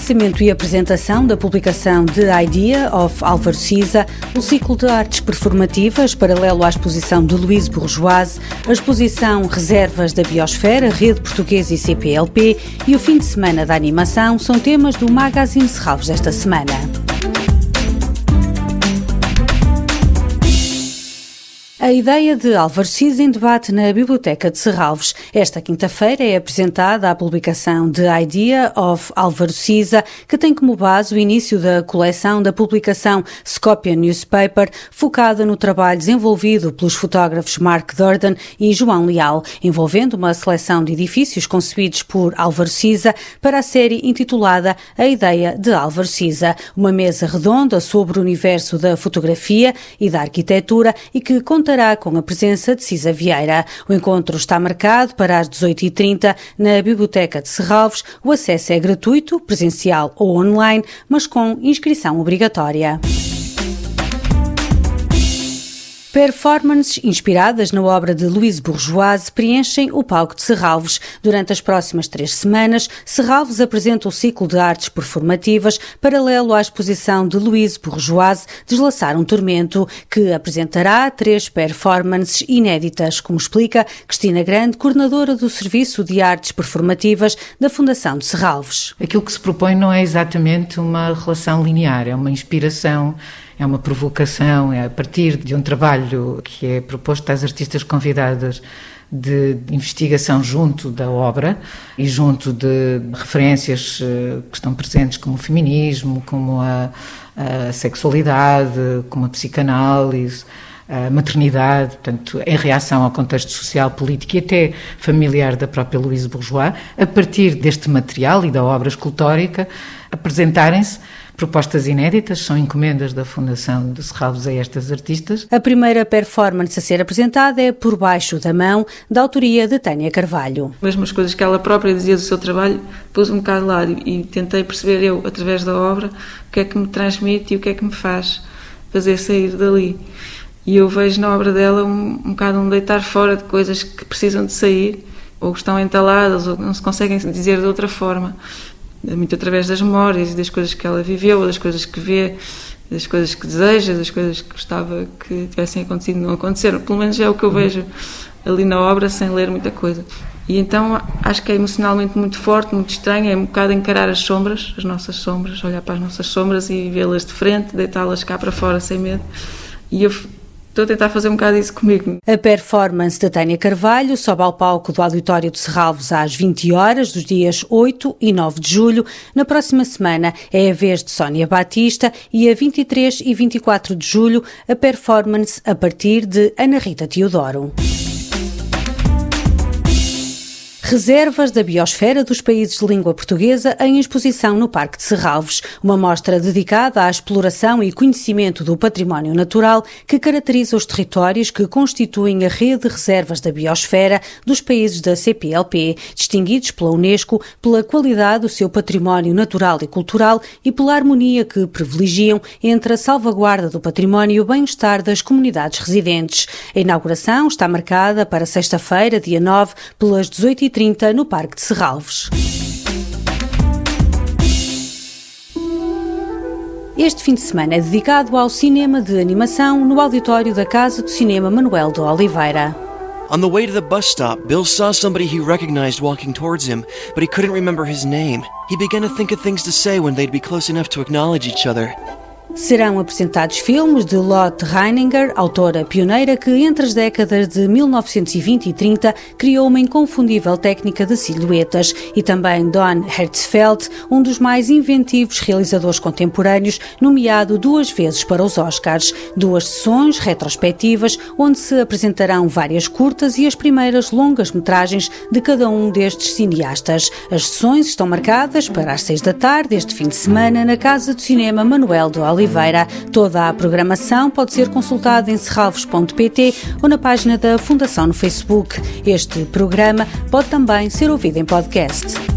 lançamento e apresentação da publicação The Idea of Álvaro Siza, o ciclo de artes performativas paralelo à exposição de Louise Bourgeois, a exposição Reservas da Biosfera, Rede Portuguesa e CPLP e o fim de semana da animação são temas do Magazine Serralves desta semana. A ideia de Álvaro Siza em debate na Biblioteca de Serralves. Esta quinta-feira é apresentada a publicação The Idea of Álvaro Siza, que tem como base o início da coleção da publicação Skopje Newspaper, focada no trabalho desenvolvido pelos fotógrafos Mark Durden e João Leal, envolvendo uma seleção de edifícios concebidos por Álvaro Siza para a série intitulada A Ideia de Álvaro Siza, uma mesa redonda sobre o universo da fotografia e da arquitetura e que contará com a presença de Cisa Vieira. O encontro está marcado para as 18h30 na Biblioteca de Serralves. O acesso é gratuito, presencial ou online, mas com inscrição obrigatória. Performances inspiradas na obra de Louise Bourgeois preenchem o palco de Serralves. Durante as próximas 3 semanas, Serralves apresenta o ciclo de artes performativas paralelo à exposição de Louise Bourgeois Deslaçar um Tormento, que apresentará 3 performances inéditas, como explica Cristina Grande, coordenadora do Serviço de Artes Performativas da Fundação de Serralves. Aquilo que se propõe não é exatamente uma relação linear, é uma inspiração, é uma provocação, é a partir de um trabalho que é proposto às artistas convidadas de investigação junto da obra e junto de referências que estão presentes como o feminismo, como a sexualidade, como a psicanálise, a maternidade, portanto, em reação ao contexto social, político e até familiar da própria Louise Bourgeois, a partir deste material e da obra escultórica, apresentarem-se propostas inéditas, são encomendas da Fundação de Serralves a estas artistas. A primeira performance a ser apresentada é Por Baixo da Mão, da autoria de Tânia Carvalho. Mesmo as coisas que ela própria dizia do seu trabalho, pus um bocado lá e tentei perceber eu, através da obra, o que é que me transmite e o que é que me faz fazer sair dali. E eu vejo na obra dela um bocado um deitar fora de coisas que precisam de sair, ou estão entaladas, ou não se conseguem dizer de outra forma. Muito através das memórias e das coisas que ela viveu, das coisas que vê, das coisas que deseja, das coisas que gostava que tivessem acontecido e não aconteceram. Pelo menos é o que eu vejo ali na obra, sem ler muita coisa. E então acho que é emocionalmente muito forte, muito estranho, é um bocado encarar as sombras, as nossas sombras, olhar para as nossas sombras e vê-las de frente, deitá-las cá para fora sem medo. E eu estou a tentar fazer um bocado isso comigo. A performance da Tânia Carvalho sobe ao palco do Auditório de Serralves às 20 horas, dos dias 8 e 9 de julho. Na próxima semana é a vez de Sónia Batista e a 23 e 24 de julho a performance a partir de Ana Rita Teodoro. Reservas da Biosfera dos Países de Língua Portuguesa em exposição no Parque de Serralves, uma mostra dedicada à exploração e conhecimento do património natural que caracteriza os territórios que constituem a rede de reservas da biosfera dos países da CPLP, distinguidos pela Unesco pela qualidade do seu património natural e cultural e pela harmonia que privilegiam entre a salvaguarda do património e o bem-estar das comunidades residentes. A inauguração está marcada para sexta-feira, dia 9, pelas 18h30 no Parque de Serralves. Este fim de semana é dedicado ao cinema de animação no auditório da Casa do Cinema Manuel de Oliveira. On the way to the bus stop, Bill saw somebody he recognized walking towards him, but he couldn't remember his name. He began to think of things to say when they'd be close enough to acknowledge each other. Serão apresentados filmes de Lotte Reininger, autora pioneira que entre as décadas de 1920 e 30 criou uma inconfundível técnica de silhuetas, e também Don Hertzfeldt, um dos mais inventivos realizadores contemporâneos, nomeado 2 vezes para os Oscars. 2 sessões retrospectivas onde se apresentarão várias curtas e as primeiras longas-metragens de cada um destes cineastas. As sessões estão marcadas para as 6 da tarde este fim de semana na Casa do Cinema Manuel de Oliveira. Toda a programação pode ser consultada em serralves.pt ou na página da Fundação no Facebook. Este programa pode também ser ouvido em podcast.